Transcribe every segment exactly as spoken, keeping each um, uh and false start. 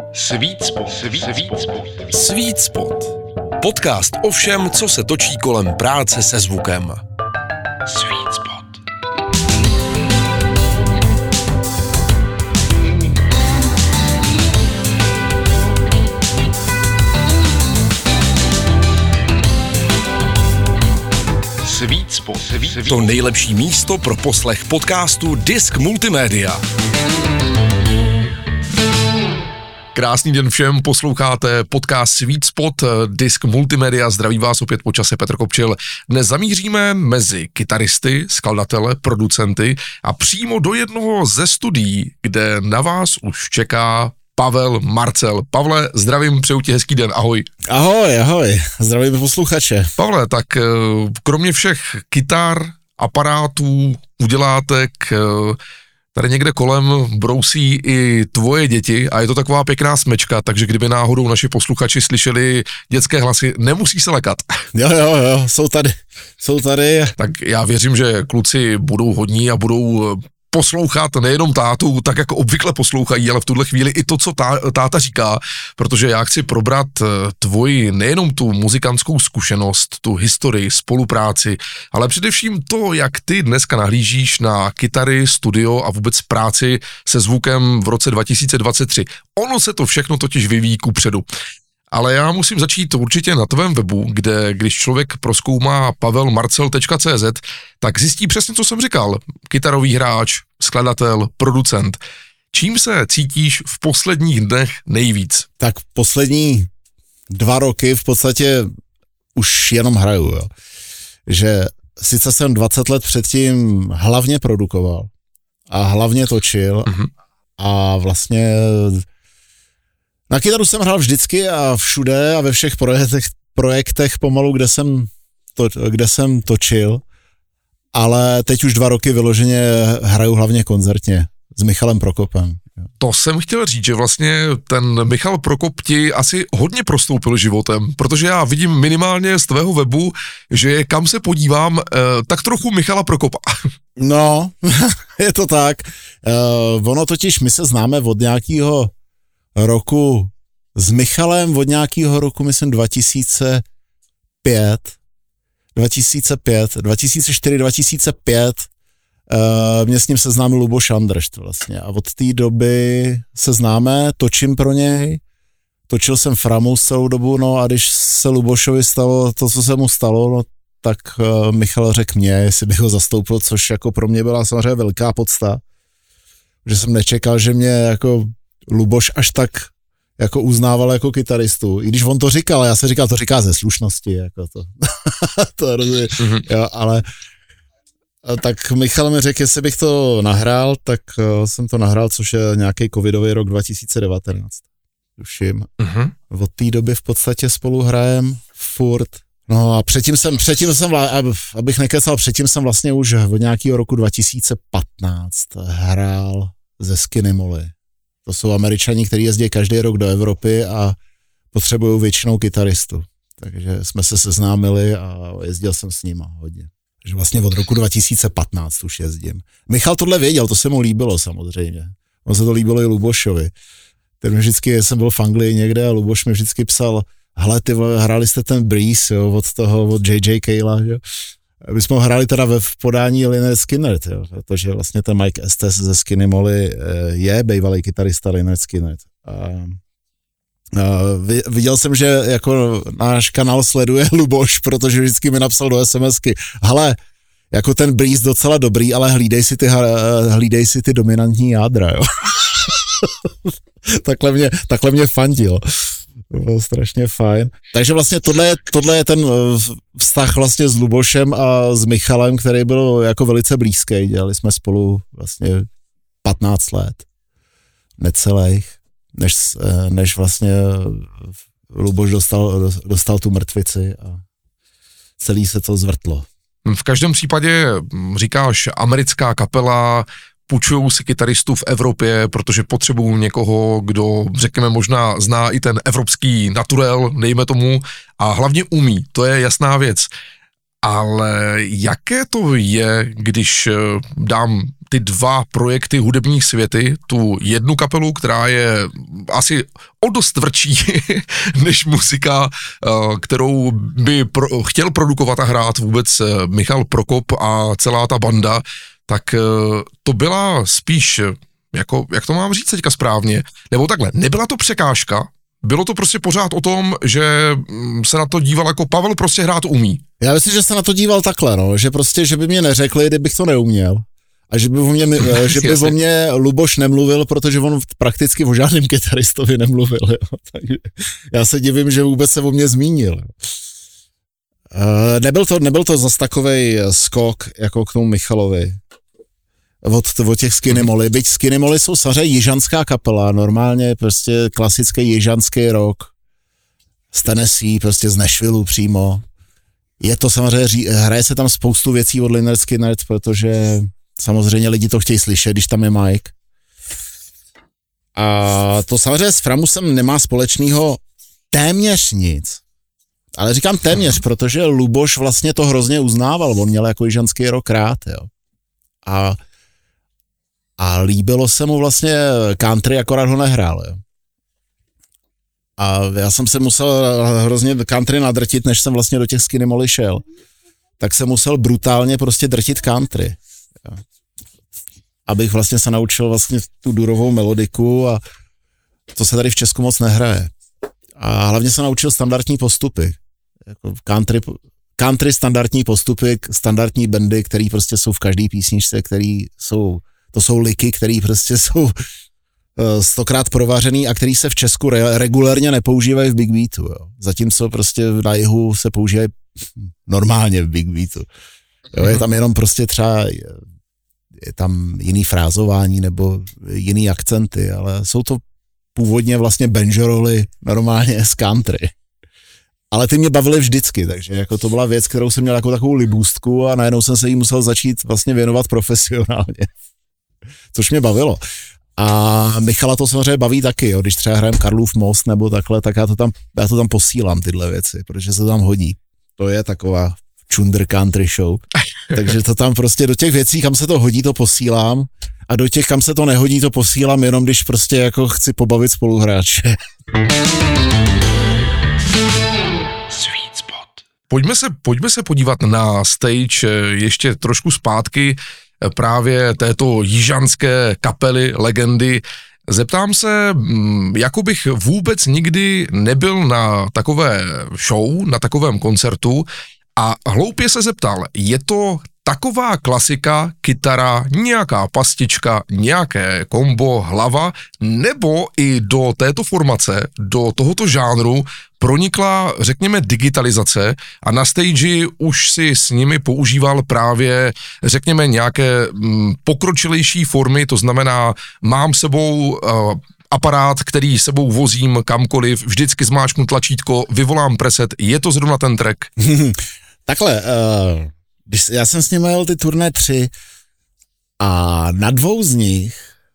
Sweet Spot. Sweet Spot. Sweet Spot. Podcast o všem, co se točí kolem práce se zvukem. Sweet Spot. Sweet Spot. Sweet To nejlepší místo pro poslech podcastu Disk Multimédia. Krásný den všem, posloucháte podcast Sweet Spot, Disk Multimédia, zdraví vás opět po čase Petr Kopčil. Dnes zamíříme mezi kytaristy, skladatele, producenty a přímo do jednoho ze studií, kde na vás už čeká Pavel Marcel. Pavle, zdravím, přeju ti hezký den, ahoj. Ahoj, ahoj, zdravím posluchače. Pavle, tak kromě všech kytar, aparátů, udělátek, tady někde kolem brousí i tvoje děti a je to taková pěkná smečka, takže kdyby náhodou naši posluchači slyšeli dětské hlasy, nemusí se lekat. Jo, jo, jo, jsou tady, jsou tady. Tak já věřím, že kluci budou hodní a budou poslouchat nejenom tátu, tak jako obvykle poslouchají, ale v tuhle chvíli i to, co tá, táta říká, protože já chci probrat tvoji nejenom tu muzikantskou zkušenost, tu historii, spolupráci, ale především to, jak ty dneska nahlížíš na kytary, studio a vůbec práci se zvukem v roce dva tisíce dvacet tři. Ono se to všechno totiž vyvíjí kupředu. Ale já musím začít určitě na tvém webu, kde když člověk prozkoumá pavel marcel tečka cé zet, tak zjistí přesně, co jsem říkal. Kytarový hráč, skladatel, producent. Čím se cítíš v posledních dnech nejvíc? Tak poslední dva roky v podstatě už jenom hraju, jo. Že sice jsem dvacet let předtím hlavně produkoval a hlavně točil mm-hmm. a vlastně na kytaru jsem hrál vždycky a všude a ve všech projektech, projektech pomalu, kde jsem, to, kde jsem točil, ale teď už dva roky vyloženě hraju hlavně koncertně s Michalem Prokopem. To jsem chtěl říct, že vlastně ten Michal Prokop ti asi hodně prostoupil životem, protože já vidím minimálně z tvého webu, že kam se podívám, tak trochu Michala Prokopa. No, je to tak. Uh, ono totiž, my se známe od nějakého roku s Michalem od nějakého roku, myslím, dva tisíce pět, dva tisíce pět, dva tisíce čtyři, dva tisíce pět, uh, mě s ním seznámil Luboš Andršt vlastně a od té doby se známe, točím pro něj, točil jsem Framus celou dobu, no a když se Lubošovi stalo to, co se mu stalo, no tak uh, Michal řekl mě, jestli bych ho zastoupil, což jako pro mě byla samozřejmě velká podsta, že jsem nečekal, že mě jako Luboš až tak jako uznával jako kytaristu, i když on to říkal, já se říkal, to říká ze slušnosti, jako to, to rozumím, mm-hmm. jo, ale tak Michal mi řekl, jestli bych to nahrál, tak uh, jsem to nahrál, což je nějaký covidový rok dva tisíce devatenáct, tuším. Mm-hmm. Od té doby v podstatě spolu hrajem furt. No a předtím jsem, předtím jsem, abych nekecal, předtím jsem vlastně už od nějakého roku dva tisíce patnáct hrál ze Skinny Molly. To jsou Američani, kteří jezdí každý rok do Evropy a potřebují většinou kytaristu. Takže jsme se seznámili a jezdil jsem s nima hodně. Takže vlastně od roku dva tisíce patnáct už jezdím. Michal tohle věděl, to se mu líbilo samozřejmě. On se to líbilo i Lubošovi. Ten mi vždycky, jsem byl v Anglii někde a Luboš mi vždycky psal, hele, ty vole, hráli jste ten Breeze, jo, od toho, od J J Cale'a, jo. My jsme ho hráli teda ve podání Lynyrd Skynyrd, jo, protože vlastně ten Mike Estes ze Skinny Molly je bývalý kytarista Lynyrd Skynyrd. A, a viděl jsem, že jako náš kanál sleduje Luboš, protože vždycky mi napsal do SMSky, hele, jako ten Breeze docela dobrý, ale hlídej si ty, hlídej si ty dominantní jádra, jo. takhle, mě, takhle mě fandil. To bylo strašně fajn. Takže vlastně tohle je, tohle je ten vztah vlastně s Lubošem a s Michalem, který byl jako velice blízký. Dělali jsme spolu vlastně patnáct let. Necelých. Než, než vlastně Luboš dostal, dostal tu mrtvici a celý se to zvrtlo. V každém případě říkáš americká kapela, půjčujou si kytaristů v Evropě, protože potřebují někoho, kdo, řekněme, možná zná i ten evropský naturel, dejme tomu, a hlavně umí, to je jasná věc. Ale jaké to je, když dám ty dva projekty hudebních světy, tu jednu kapelu, která je asi o dost tvrdší než muzika, kterou by pro, chtěl produkovat a hrát vůbec Michal Prokop a celá ta banda, tak to byla spíš, jako, jak to mám říct teďka správně, nebo takhle, nebyla to překážka, bylo to prostě pořád o tom, že se na to díval jako Pavel prostě hrát umí. Já myslím, že se na to díval takhle, no, že prostě, že by mě neřekli, kdybych to neuměl. A že by o mě, že by o mě Luboš nemluvil, protože on prakticky o žádném kytaristovi nemluvil. Jo. Takže já se divím, že vůbec se o mě zmínil. Uh, nebyl to, nebyl to zas takovej skok jako k tomu Michalovi. Od, od těch Skinny Molly. Byť Skinny Molly jsou samozřejmě jižanská kapela, normálně prostě klasický jižanský rock. Z Tennessee, prostě z Nashvilleu přímo. Je to samozřejmě, hraje se tam spoustu věcí od Lynyrd Skynyrd, protože samozřejmě lidi to chtějí slyšet, když tam je Mike. A to samozřejmě s Framusem nemá společného téměř nic. Ale říkám téměř, protože Luboš vlastně to hrozně uznával, on měl jako jižanský rock rád, jo. A, a líbilo se mu vlastně country, akorát ho nehrál, jo. A já jsem se musel hrozně country nadrtit, než jsem vlastně do těch Skinny Molly šel. Tak jsem musel brutálně prostě drtit country. Jo. Abych vlastně se naučil vlastně tu durovou melodiku a to se tady v Česku moc nehraje. A hlavně se naučil standardní postupy. Jako country, country standardní postupy, standardní bendy, které prostě jsou v každé písničce, které jsou, to jsou liky, které prostě jsou stokrát provařený a který se v Česku re, regulérně nepoužívají v Big Beatu. Jo. Zatímco prostě na jihu se používají normálně v Big Beatu. Jo, je tam jenom prostě třeba, je tam jiný frázování nebo jiný akcenty, ale jsou to původně vlastně banjoroly normálně z country. Ale ty mě bavily vždycky, takže jako to byla věc, kterou jsem měl jako takovou libůstku a najednou jsem se jí musel začít vlastně věnovat profesionálně. Což mě bavilo. A Michala to samozřejmě baví taky, jo. Když třeba hrajem Karlův most nebo takhle, tak já to tam, já to tam posílám tyhle věci, protože se to tam hodí. To je taková chunder country show. Takže to tam prostě do těch věcí, kam se to hodí, to posílám a do těch, kam se to nehodí, to posílám jenom, když prostě jako chci pobavit spoluhráče. Sweet spot. Pojďme se, pojďme se podívat na stage ještě trošku zpátky právě této jižanské kapely, legendy. Zeptám se, jako bych vůbec nikdy nebyl na takové show, na takovém koncertu a hloupě se zeptal, je to taková klasika, kytara, nějaká pastička, nějaké kombo, hlava, nebo i do této formace, do tohoto žánru pronikla, řekněme, digitalizace a na stage už si s nimi používal právě, řekněme, nějaké mm, pokročilejší formy, to znamená, mám sebou uh, aparát, který sebou vozím kamkoliv, vždycky zmáčknu tlačítko, vyvolám preset, je to zrovna ten track? Takhle, uh, když, já jsem s nimi jel ty turné tři a na dvou z nich,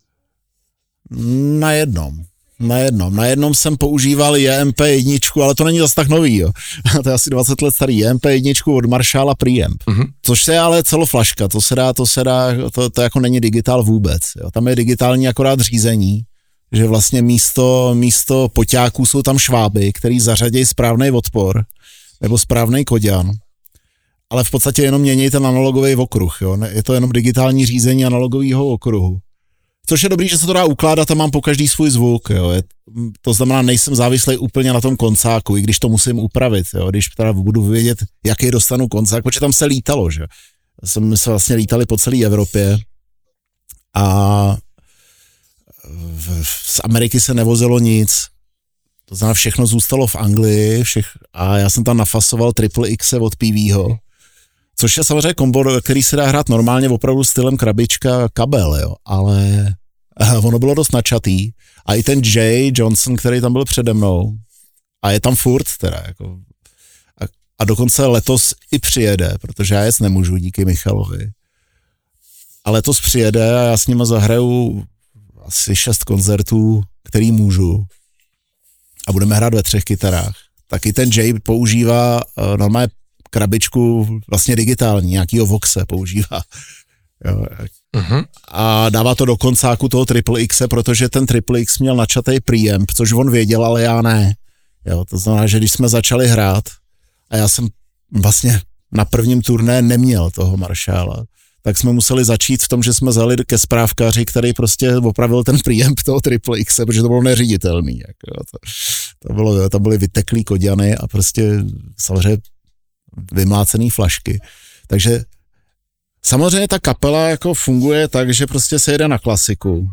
na jednom, na jednom, na jednom jsem používal J M P jedna, ale to není zase tak nový, jo. To je asi dvacet let starý, J M P jedna od Marshalla Preamp, mm-hmm. Což je ale celoflaška, to se dá, to se dá, to, to jako není digitál vůbec, jo. Tam je digitální akorát řízení, že vlastně místo, místo poťáků jsou tam šváby, který zařadějí správný odpor, nebo správný koďan, ale v podstatě jenom mění ten analogový okruh, jo. Je to jenom digitální řízení analogového okruhu. Což je dobrý, že se to dá ukládat a mám po každý svůj zvuk, jo. Je, to znamená, nejsem závislý úplně na tom koncáku, i když to musím upravit, jo. Když teda budu vědět, jaký dostanu koncák, protože tam se lítalo, že. Jsme se vlastně lítali po celé Evropě a v, z Ameriky se nevozilo nic. To znamená, všechno zůstalo v Anglii všech, a já jsem tam nafasoval Triple X od P Vho, což je samozřejmě kombo, který se dá hrát normálně opravdu stylem krabička kabel, jo, ale ono bylo dost načatý a i ten Jay Johnson, který tam byl přede mnou a je tam furt teda, jako, a, a dokonce letos i přijede, protože já jet nemůžu díky Michalovi, a letos přijede a já s nima zahraju asi šest koncertů, který můžu a budeme hrát ve třech kytarách. Taky ten Jay používá uh, normálně krabičku vlastně digitální, nějakýho Voxe používá. Jo. Uh-huh. A dává to do koncáku toho Triple X, protože ten Triple X měl načatej preamp, což on věděl, ale já ne. Jo, to znamená, že když jsme začali hrát a já jsem vlastně na prvním turné neměl toho Marshalla, tak jsme museli začít v tom, že jsme zali ke správkaři, který prostě opravil ten preamp toho Triple X, protože to bylo neřiditelný. Jako, to, to, bylo, to byly vyteklý koděny a prostě samozřejmě vymlácený flašky. Takže samozřejmě ta kapela jako funguje tak, že prostě se jede na klasiku.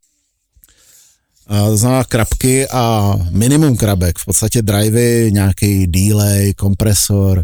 To znamená krabky a minimum krabek, v podstatě drivey, nějaký delay, kompresor,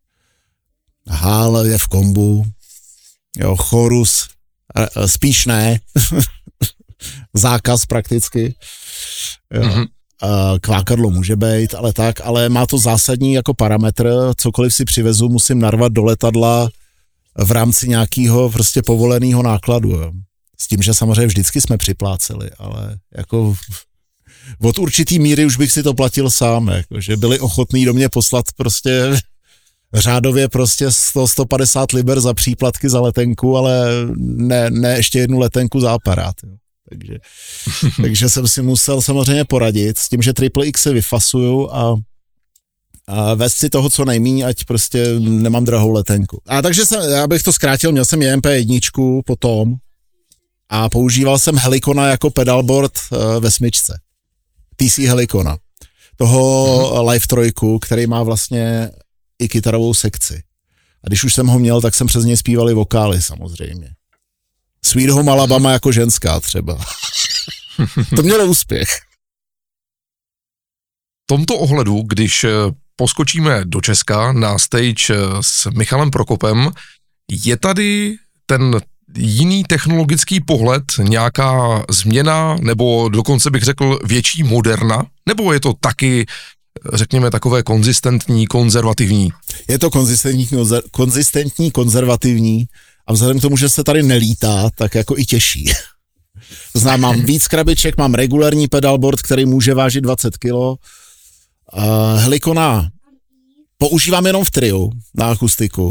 hál je v kombu, jo, chorus, spíš ne, zákaz prakticky, jo. Mm-hmm. Kvákadlo může být, ale tak, ale má to zásadní jako parametr, cokoliv si přivezu, musím narvat do letadla v rámci nějakého prostě povoleného nákladu, jo. S tím, že samozřejmě vždycky jsme připláceli, ale jako od určitý míry už bych si to platil sám, jako, že byli ochotní do mě poslat prostě řádově prostě sto, sto padesát liber za příplatky za letenku, ale ne, ne ještě jednu letenku za aparát. Jo. Takže, takže jsem si musel samozřejmě poradit s tím, že Triple X se vyfasuju a, a vést si toho co nejméně, ať prostě nemám drahou letenku. A takže jsem, já bych to zkrátil, měl jsem J M P jedna potom a používal jsem Helicona jako pedalboard uh, ve smyčce. T C Helicona. Toho hmm. Live trojku, který má vlastně i kytarovou sekci. A když už jsem ho měl, tak jsem přes něj zpívali vokály samozřejmě. Sweet Home Alabama jako ženská třeba. To mělo úspěch. V tomto ohledu, když poskočíme do Česka na stage s Michalem Prokopem, je tady ten jiný technologický pohled, nějaká změna, nebo dokonce bych řekl větší moderna, nebo je to taky, řekněme, takové konzistentní, konzervativní? Je to konzistentní, konzistentní, konzervativní a vzhledem k tomu, že se tady nelítá, tak jako i těžší. To znamená, mám víc krabiček, mám regulární pedalboard, který může vážit dvacet kilo. Uh, Helicona používám jenom v triu, na akustiku.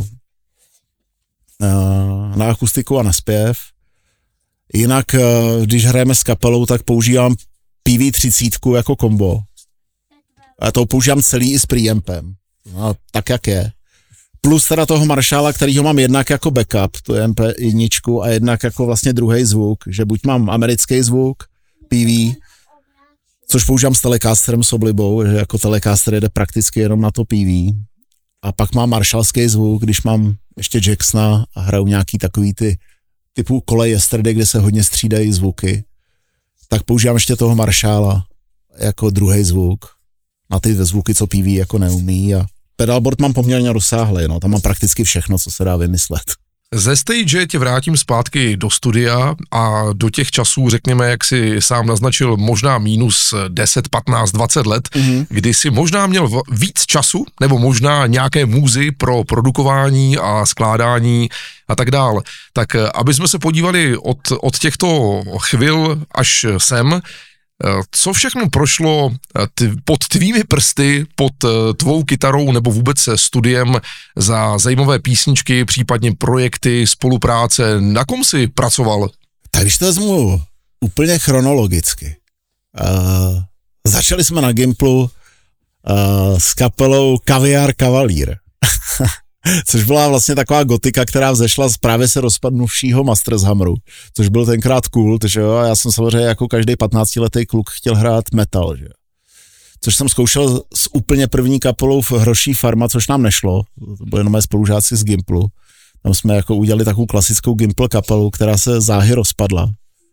Uh, na akustiku a na zpěv. Jinak, uh, když hrajeme s kapelou, tak používám P V třicet jako kombo. A to používám celý i s preampem. No, tak, jak je. Plus teda toho Marshalla, kterýho mám jednak jako backup, to je M P jedna, a jednak jako vlastně druhý zvuk, že buď mám americký zvuk, P V, což používám s Telecasterem s oblibou, že jako Telecaster jede prakticky jenom na to P V. A pak mám marshallský zvuk, když mám ještě Jacksona a hraju nějaký takový ty typu Kole Yesterday, kde se hodně střídají zvuky, tak používám ještě toho Marshalla jako druhý zvuk na ty zvuky, co P V jako neumí, a pedalboard mám poměrně rozsáhlý, no, tam mám prakticky všechno, co se dá vymyslet. Ze stage tě vrátím zpátky do studia a do těch časů, řekněme, jak si sám naznačil, možná minus deset, patnáct, dvacet let, mm-hmm. kdy si možná měl víc času, nebo možná nějaké můzy pro produkování a skládání a tak dál. Tak aby jsme se podívali od, od těchto chvil až sem, co všechno prošlo t- pod tvými prsty, pod tvou kytarou nebo vůbec studiem za zajímavé písničky, případně projekty, spolupráce, na kom jsi pracoval? Tak když to vezmu úplně chronologicky. Uh, začali jsme na Gimplu uh, s kapelou Kaviár Kavalír. Což byla vlastně taková gotika, která vzešla z právě se rozpadnuvšího Masters Hammeru, což byl tenkrát kult, že jo, a já jsem samozřejmě jako každý patnáctiletý kluk chtěl hrát metal, že jo. Což jsem zkoušel s úplně první kapelou v Hroší Farma, což nám nešlo, to byli jenom mé spolužáci z Gimplu. Tam jsme jako udělali takovou klasickou Gimpl kapelu, která se záhy rozpadla.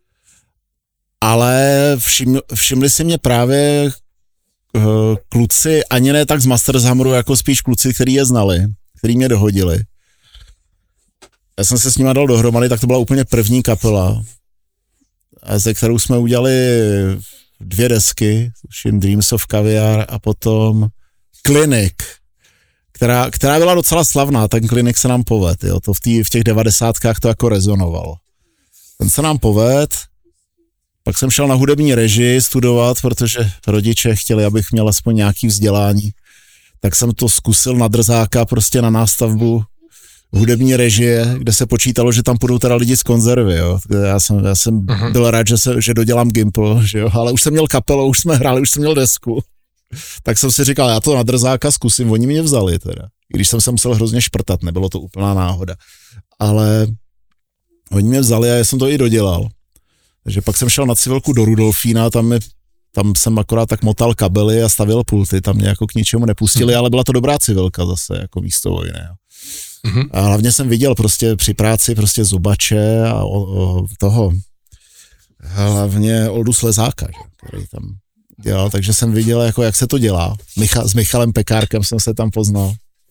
Ale všim, všimli si mě právě uh, kluci, ani ne tak z Masters Hammeru, jako spíš kluci, který je znali, který mě dohodili. Já jsem se s nima dal dohromady, tak to byla úplně první kapela, ze kterou jsme udělali dvě desky, tuším Dreams of Caviar a potom Clinic, která, která byla docela slavná, ten Clinic se nám povedl, jo, to v, tý, v těch devadesátkách to jako rezonovalo. Ten se nám povedl, pak jsem šel na hudební režii studovat, protože rodiče chtěli, abych měl aspoň nějaký vzdělání. tak jsem to zkusil na drzáka prostě na nástavbu hudební režie, kde se počítalo, že tam půjdou teda lidi z konzervy, jo. Já jsem, já jsem uh-huh. byl rád, že, se, že dodělám Gimple, že jo, ale už jsem měl kapelu, už jsme hráli, už jsem měl desku. Tak jsem si říkal, já to na drzáka zkusím, oni mě vzali teda. I když jsem se musel hrozně šprtat, nebylo to úplná náhoda. Ale oni mě vzali a já jsem to i dodělal. Takže pak jsem šel na civilku do Rudolfína, tam, mi, tam jsem akorát tak motal kabely a stavěl pulty, tam mě jako k ničemu nepustili, hmm. ale byla to dobrá civilka zase, jako místo vojny. Jo. Hmm. A hlavně jsem viděl prostě při práci prostě Zubače a o, o, toho, hlavně Oldu Slezáka, že, který tam dělal, takže jsem viděl, jako, jak se to dělá. Micha, s Michalem Pekárkem jsem se tam poznal.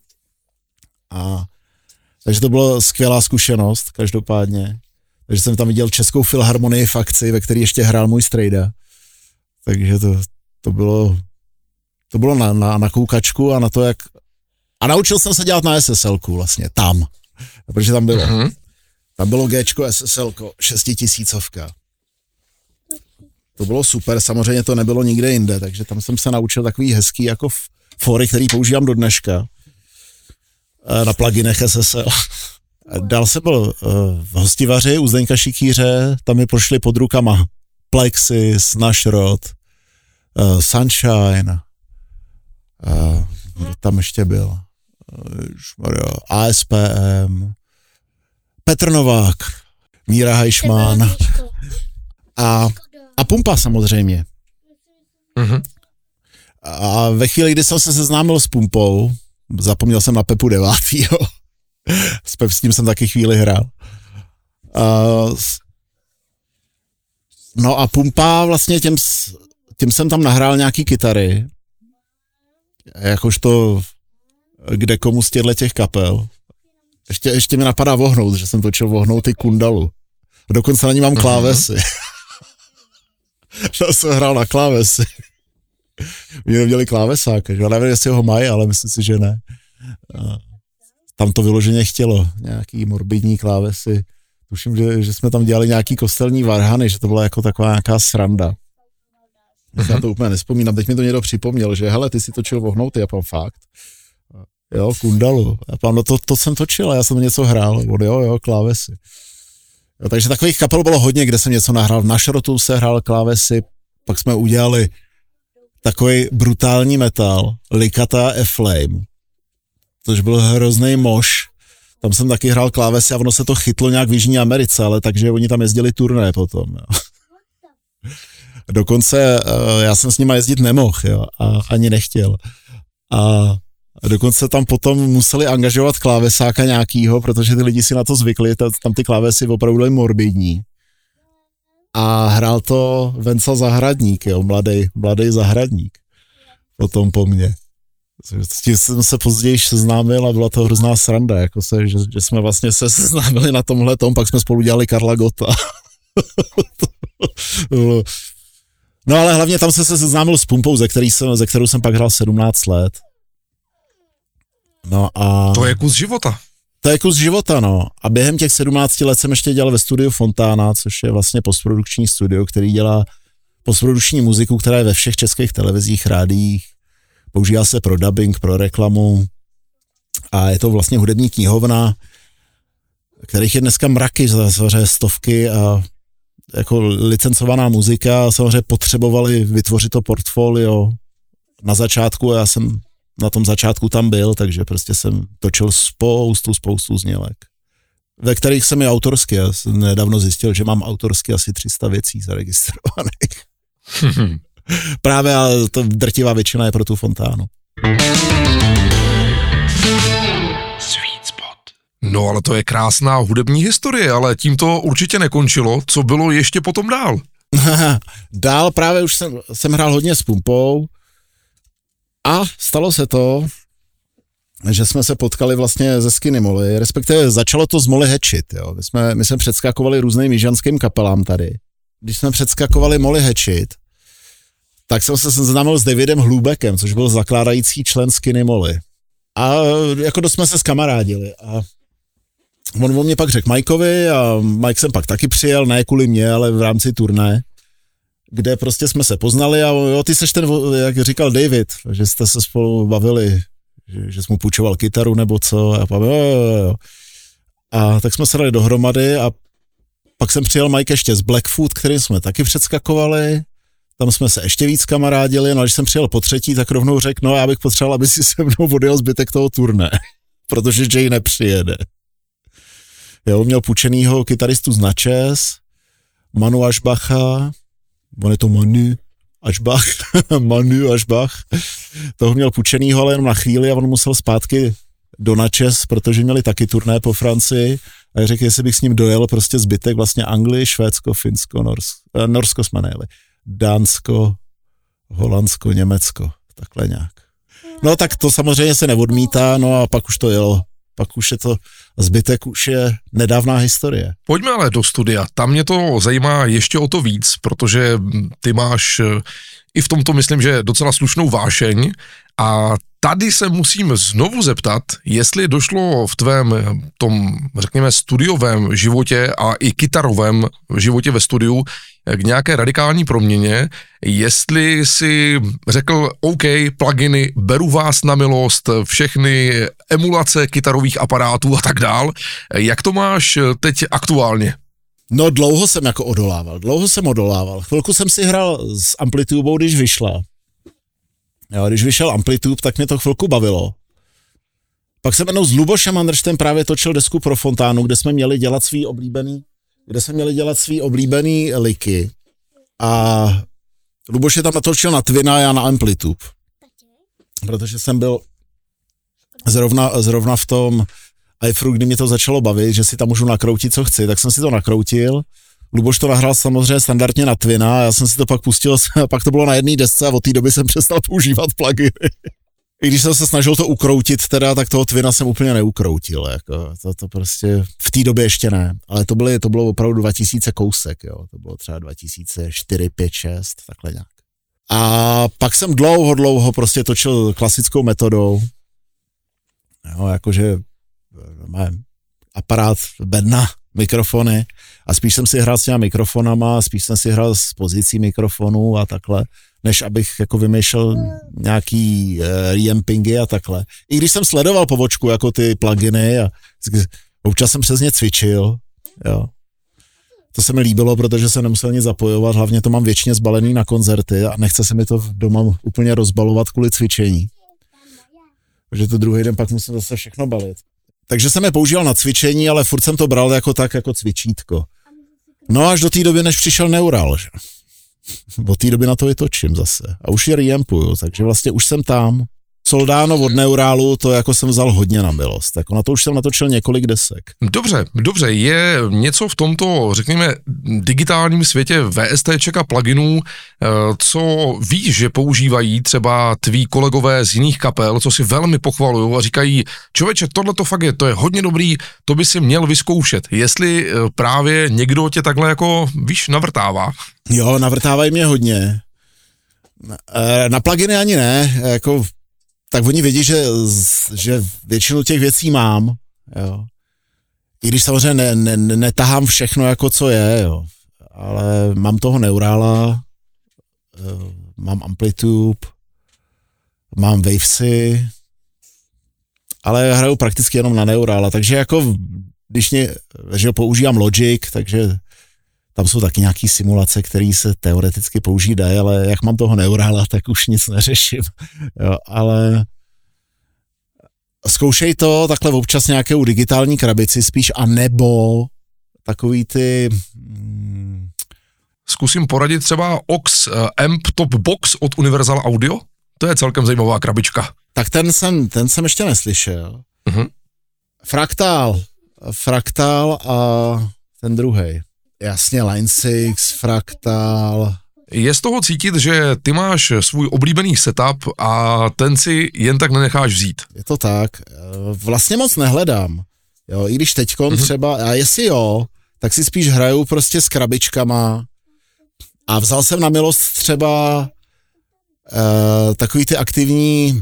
A takže to byla skvělá zkušenost, každopádně. Takže jsem tam viděl Českou filharmonii v akci, ve které ještě hrál můj strejda. Takže to, to bylo, to bylo na, na, na koukačku a na to, jak... A naučil jsem se dělat na es es elku vlastně, tam. Protože tam bylo. Uh-huh. Tam bylo Gčko, es es elko, šestitisícovka. To bylo super, samozřejmě to nebylo nikde jinde, takže tam jsem se naučil takový hezký jako fóry, který používám do dneška. Na pluginech es es el. Dál jsem byl v Hostivaři u Zdeňka Šikýře, tam mi prošli pod rukama Plexis, Nashrod, uh, Sunshine, uh, kdo tam ještě byl, uh, á es pé em, Petr Novák, Míra Hajšman a, a Pumpa samozřejmě. Mm-hmm. A ve chvíli, kdy jsem se seznámil s Pumpou, zapomněl jsem na Pepu devátýho. S Pep s tím jsem taky chvíli hrál. Uh, no a Pumpa vlastně těm, těm jsem tam nahrál nějaký kytary. Jakožto kde komu z těchto těch kapel. Ještě, ještě mi napadá Vohnout, že jsem točil Vohnout i Kundalu. Dokonce na ní mám klávesy. Já jsem hrál na klávesy. Mě neměli klávesáka, že? Já nevím, jestli ho mají, ale myslím si, že ne. Uh, Tam to vyloženě chtělo, nějaký morbidní klávesy. Tuším, že, že jsme tam dělali nějaký kostelní varhany, že to byla jako taková nějaká sranda. Uh-huh. Já to úplně nespomínám, teď mi to někdo připomněl, že hele, ty si točil Vohnouty, já pám fakt. Jo, Kundalu. Já pám, no to, to jsem točil a já jsem něco hrál, jo, jo, klávesy. Jo, takže takových kapel bylo hodně, kde jsem něco nahrál. V Nashrotu se hrál klávesy, pak jsme udělali takový brutální metal, Licata F-Flame. Což byl hrozný moš. Tam jsem taky hrál klávesy a ono se to chytlo nějak v Jižní Americe, ale takže oni tam jezdili turné potom. Jo. Dokonce já jsem s nima jezdit nemohl, jo, a ani nechtěl. A dokonce tam potom museli angažovat klávesáka nějakýho, protože ty lidi si na to zvykli, tam ty klávesy opravdu byly morbidní. A hrál to Venca Zahradník, jo, mladý, mladý zahradník. Potom po mně. S tím jsem se později seznámil a byla to hrozná sranda, jako se, že, že jsme vlastně se seznámili na tomhle tom, pak jsme spolu dělali Karla Gotta. No ale hlavně tam jsem se seznámil s Pumpou, ze, který jsem, ze kterou jsem pak hrál sedmnáct let. No a... To je kus života. To je kus života, no. A během těch sedmnácti let jsem ještě dělal ve studiu Fontána, což je vlastně postprodukční studio, který dělá postprodukční muziku, která je ve všech českých televizích, rádiích. Používá se pro dubbing, pro reklamu a je to vlastně hudební knihovna, kterých je dneska mraky, samozřejmě stovky a jako licencovaná muzika, samozřejmě potřebovali vytvořit to portfolio na začátku a já jsem na tom začátku tam byl, takže prostě jsem točil spoustu, spoustu znělek, ve kterých jsem i autorsky, já jsem nedávno zjistil, že mám autorsky asi tři sta věcí zaregistrovaných. Právě, ale to drtivá většina je pro tu Fontánu. Sweet spot. No ale to je krásná hudební historie, ale tím to určitě nekončilo. Co bylo ještě potom dál? Dál právě už jsem, jsem hrál hodně s Pumpou a stalo se to, že jsme se potkali vlastně ze Skinny Molly, respektive začalo to z Molly Hatchet, jo. My jsme, my jsme předskakovali různým jižanským kapelám tady. Když jsme předskakovali Molly Hatchet, tak jsem se seznámil s Davidem Hlubekem, což byl zakládající člen Skinny Molly. A jako dost jsme se skamarádili. A on o mě pak řekl Mikeovi a Mike jsem pak taky přijel, ne kvůli mě, ale v rámci turné, kde prostě jsme se poznali a jo, ty seš ten, jak říkal David, že jste se spolu bavili že, že jsi mu půjčoval kytaru nebo co. A, pak, jo, jo, jo. A tak jsme se dali dohromady a pak jsem přijel Mike ještě z Blackfoot, kterým jsme taky předskakovali. Tam jsme se ještě víc kamarádili, no a když jsem přijel po třetí, tak rovnou řekl, no já bych potřeboval, aby si se mnou odjel zbytek toho turné, protože Jay nepřijede. Jo, měl půjčenýho kytaristu z Natchez, Manu Aschbacha, on je to Manu Aschbach, Manu Aschbach, toho měl půjčenýho, ale jenom na chvíli a on musel zpátky do Natchez, protože měli taky turné po Francii a já řekl, jestli bych s ním dojel prostě zbytek vlastně Anglii, Švédsko, Finsko, Norsko, eh, Norsko jsme nejeli. Dánsko, Holandsko, Německo, takhle nějak. No tak to samozřejmě se neodmítá, no a pak už to jelo, pak už je to, zbytek už je nedávná historie. Pojďme ale do studia, tam mě to zajímá ještě o to víc, protože ty máš i v tomto, myslím, že docela slušnou vášeň a tady se musím znovu zeptat, jestli došlo v tvém tom, řekněme, studiovém životě a i kytarovém životě ve studiu k nějaké radikální proměně, jestli si řekl, OK, pluginy, beru vás na milost, všechny emulace kytarových aparátů a tak dál. Jak to máš teď aktuálně? No dlouho jsem jako odolával, dlouho jsem odolával. Chvilku jsem si hrál s Amplitubou, když vyšla. Jo, když vyšel Amplitube, tak mě to chvilku bavilo. Pak jsem jednou s Lubošem Andrštem právě točil desku pro Fontánu, kde jsme měli dělat svý oblíbený, kde jsme měli dělat svý oblíbený liky. A Luboš je tam natočil na Twina a já na Amplitube. Protože jsem byl zrovna, zrovna v tom iFru, kdy mě to začalo bavit, že si tam můžu nakroutit, co chci, tak jsem si to nakroutil. Luboš to nahrál samozřejmě standardně na Twina, já jsem si to pak pustil, a pak to bylo na jedné desce a od té doby jsem přestal používat pluginy. I když jsem se snažil to ukroutit teda, tak toho Twina jsem úplně neukroutil, jako to, to prostě v té době ještě ne, ale to, byly, to bylo opravdu dva tisíce kousek, jo, to bylo třeba dva tisíce čtyři, pět, šest, takhle nějak. A pak jsem dlouho, dlouho prostě točil klasickou metodou, jo, jakože mám aparát, bedna, mikrofony a spíš jsem si hrál s těma mikrofonama, spíš jsem si hrál s pozicí mikrofonů a takhle, než abych jako vymýšlel nějaký uh, reampingy a takhle. I když jsem sledoval po vočku jako ty pluginy a občas jsem přes ně cvičil, jo. To se mi líbilo, protože jsem nemusel nic zapojovat, hlavně to mám věčně zbalený na koncerty a nechce se mi to doma úplně rozbalovat kvůli cvičení. Takže to druhý den pak musím zase všechno balit. Takže jsem je používal na cvičení, ale furt jsem to bral jako tak, jako cvičítko. No až do té doby, než přišel Neural, že? Od té doby na to vytočím zase. A už je reampuju, takže vlastně už jsem tam. Soldano od Neuralu, to jako jsem vzal hodně na milost. Jako na to už jsem natočil několik desek. Dobře, dobře, je něco v tomto, řekněme, digitálním světě VSTček a pluginů, co víš, že používají třeba tví kolegové z jiných kapel, co si velmi pochvalují a říkají, člověče, tohle to fakt je, to je hodně dobrý, to by si měl vyzkoušet. Jestli právě někdo tě takhle jako, víš, navrtává. Jo, navrtávají mě hodně. Na pluginy ani ne, jako tak oni vědí, že, že většinu těch věcí mám, jo. I když samozřejmě ne, ne, netahám všechno, jako co je, jo. Ale mám toho Neurala, mám Amplitube, mám Wavesy, ale hraju prakticky jenom na Neurala, takže jako, když mě, že používám Logic, takže tam jsou taky nějaký simulace, které se teoreticky použít dají, ale jak mám toho Neurala, tak už nic neřeším. Jo, ale zkoušej to takhle občas nějakou digitální krabici spíš, a nebo takový ty... Hmm... Zkusím poradit třeba O X uh, Amp Top Box od Universal Audio? To je celkem zajímavá krabička. Tak ten jsem, ten jsem ještě neslyšel. Uh-huh. Fraktal. Fraktal a ten druhej. Jasně, Line šest, Fraktal. Je z toho cítit, že ty máš svůj oblíbený setup a ten si jen tak nenecháš vzít. Je to tak. Vlastně moc nehledám. Jo, i když teďkon mm-hmm. třeba, a jestli jo, tak si spíš hraju prostě s krabičkama a vzal jsem na milost třeba uh, takový ty aktivní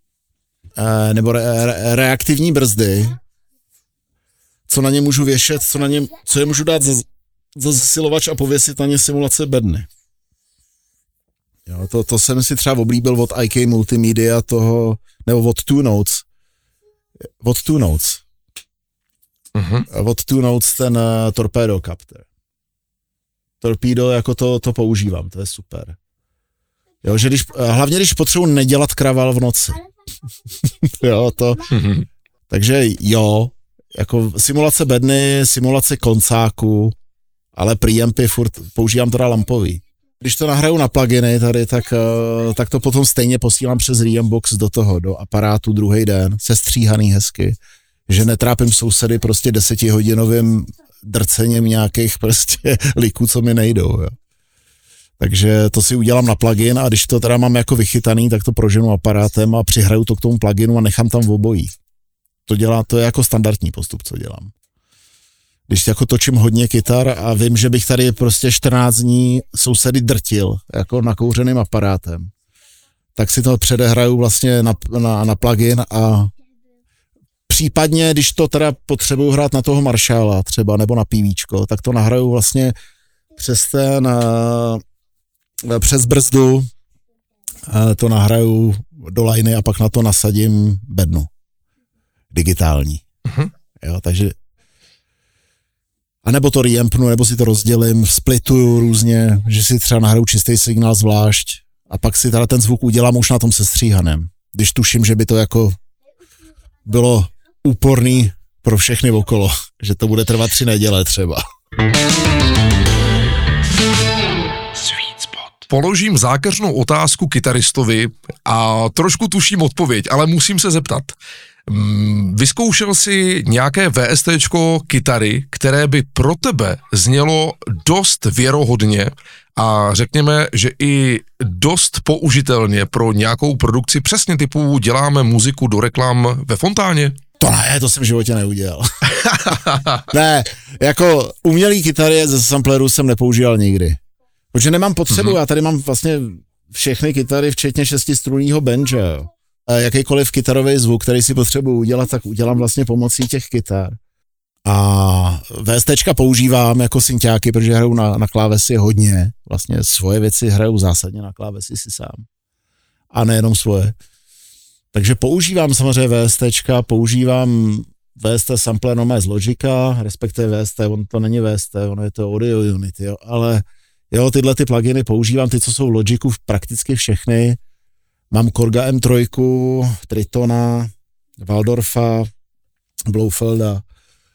uh, nebo re, re, reaktivní brzdy, co na ně můžu věšet, co na ně, co je můžu dát za, za zesilovač a pověsit na ně simulace bedny. Jo, to, to jsem si třeba oblíbil od I K Multimedia toho, nebo od Two Notes, od Two Notes, Uh-huh. od Two Notes ten uh, Torpedo Captor. Torpedo, jako to, to používám, to je super. Jo, že když, hlavně když potřebuji nedělat kraval v noci. Jo, to, uh-huh. Takže jo, jako simulace bedny, simulace koncáku, ale preampy furt používám teda lampový. Když to nahraju na pluginy tady, tak, tak to potom stejně posílám přes Reambox do toho, do aparátu druhý den, sestříhaný hezky, že netrápím sousedy prostě desetihodinovým drcením nějakých prostě liků, co mi nejdou, jo. Takže to si udělám na plugin a když to teda mám jako vychytaný, tak to proženu aparátem a přihraju to k tomu pluginu a nechám tam v obojí. To dělá, to je jako standardní postup, co dělám. Když jako točím hodně kytar a vím, že bych tady prostě čtrnáct dní sousedy drtil, jako nakouřeným aparátem, tak si to předehraju vlastně na, na, na plugin a případně, když to teda potřebuju hrát na toho Marshalla třeba, nebo na PVčko, tak to nahraju vlastně přes ten, přes brzdu, to nahraju do liney a pak na to nasadím bednu. Digitální. Uh-huh. Jo, takže a nebo to reampnu, nebo si to rozdělím, splituju různě, že si třeba nahraju čistý signál zvlášť a pak si teda ten zvuk udělám už na tom sestříhaném. Když tuším, že by to jako bylo úporný pro všechny okolo, že to bude trvat tři neděle třeba. Položím zákeřnou otázku kytaristovi a trošku tuším odpověď, ale musím se zeptat. Vyzkoušel jsi nějaké VSTčko kytary, které by pro tebe znělo dost věrohodně a řekněme, že i dost použitelně pro nějakou produkci přesně typu děláme muziku do reklam ve fontáně? To ne, to jsem v životě neudělal. Ne, jako umělý kytary ze sampleru jsem nepoužíval nikdy. Protože nemám potřebu, mm-hmm. já tady mám vlastně všechny kytary, včetně šestistrunného banjo, jo. Jakýkoliv kytarový zvuk, který si potřebuji udělat, tak udělám vlastně pomocí těch kytar. A VSTčka používám jako synťáky, protože hraju na, na klávesi hodně. Vlastně svoje věci hraju zásadně na klávesi si sám. A nejenom svoje. Takže používám samozřejmě VSTčka, používám V S T sampler nomé z Logica, respektive V S T, on to není V S T, ono je to Audio Unity, jo. Ale jo, tyhle ty pluginy používám, ty, co jsou v Logicu, prakticky všechny. Mám Korga M tři, Tritona, Waldorfa, Blaufelda, uh,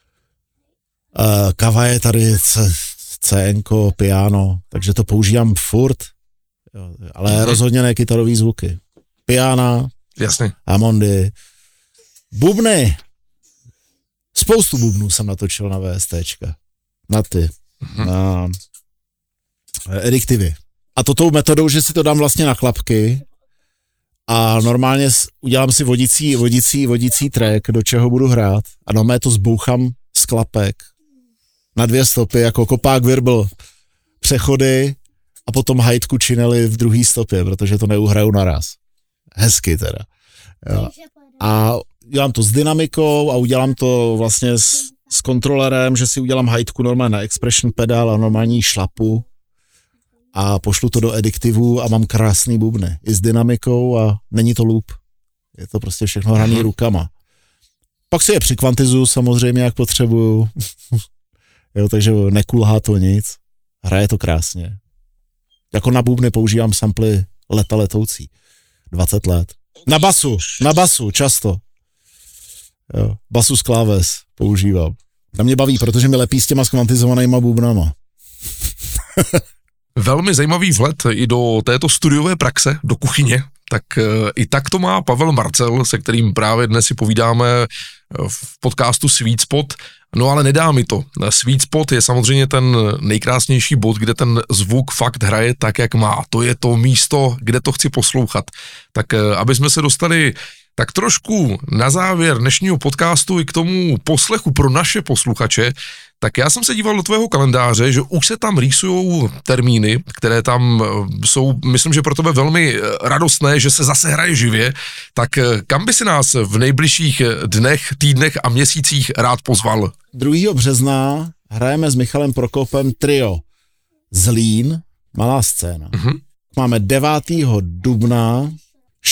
Kava je tady C, CNko, piano, takže to používám furt, jo, ale mm-hmm. rozhodně ne kytarový zvuky. Piana, jasně. Hammondy, bubny, spoustu bubnů jsem natočil na VSTčka, na ty, mm-hmm. na ediktivy. A to tou metodou, že si to dám vlastně na klapky, a normálně udělám si vodící, vodící, vodící track, do čeho budu hrát a normálně to zbouchám z klapek na dvě stopy, jako kopák virbl, přechody a potom hajtku činely v druhý stopě, protože to neuhraju naraz. Hezky teda. Jo. A dělám to s dynamikou a udělám to vlastně s, s kontrolerem, že si udělám hajtku normálně na expression pedál a normální šlapu. A pošlu to do ediktivu a mám krásný bubny. I s dynamikou a není to loop. Je to prostě všechno hraný rukama. Pak si je přikvantizuju samozřejmě, jak potřebuju. Jo, takže nekulhá to nic. Hraje to krásně. Jako na bubny používám samply leta letoucí. dvacet let. Na basu, na basu, často. Jo, basu z kláves používám. To mě baví, protože mi lepí s těma skvantizovanýma bubnama. Velmi zajímavý vhled i do této studiové praxe, do kuchyně, tak i tak to má Pavel Marcel, se kterým právě dnes si povídáme v podcastu Sweet Spot. No ale nedá mi to. Sweet Spot je samozřejmě ten nejkrásnější bod, kde ten zvuk fakt hraje tak, jak má. To je to místo, kde to chci poslouchat. Tak aby jsme se dostali tak trošku na závěr dnešního podcastu i k tomu poslechu pro naše posluchače, tak já jsem se díval do tvého kalendáře, že už se tam rýsujou termíny, které tam jsou, myslím, že pro tebe velmi radostné, že se zase hraje živě, tak kam by si nás v nejbližších dnech, týdnech a měsících rád pozval? druhého března hrajeme s Michalem Prokopem trio Zlín, malá scéna. Uh-huh. Máme devátého dubna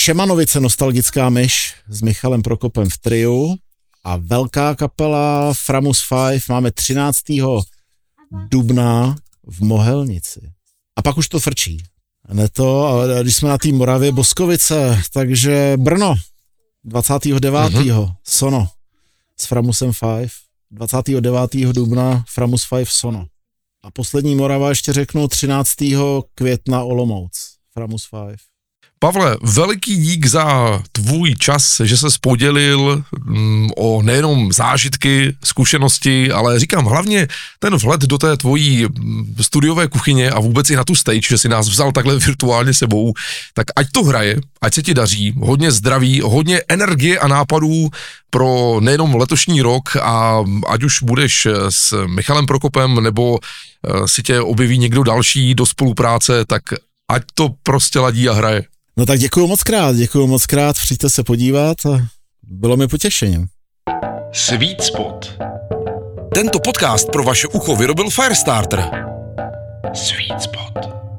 Šemanovice, nostalgická myš s Michalem Prokopem v triu a velká kapela Framus Five máme třináctého dubna v Mohelnici. A pak už to frčí. Ne to, ale když jsme na té Moravě, Boskovice, takže Brno, dvacátého devátého Mm-hmm. Sono s Framusem Five, dvacátého devátého dubna Framus Five Sono. A poslední Morava ještě řeknu třináctého května Olomouc, Framus Five. Pavle, veliký dík za tvůj čas, že ses podělil mm, o nejenom zážitky, zkušenosti, ale říkám hlavně ten vhled do té tvojí studiové kuchyně a vůbec i na tu stage, že si nás vzal takhle virtuálně sebou, tak ať to hraje, ať se ti daří, hodně zdraví, hodně energie a nápadů pro nejenom letošní rok a ať už budeš s Michalem Prokopem nebo si tě objeví někdo další do spolupráce, tak ať to prostě ladí a hraje. No tak děkuju moc krát, děkuju moc krát, přijďte se podívat a bylo mi potěšením. Sweet Spot. Tento podcast pro vaše ucho vyrobil Firestarter. Sweet Spot.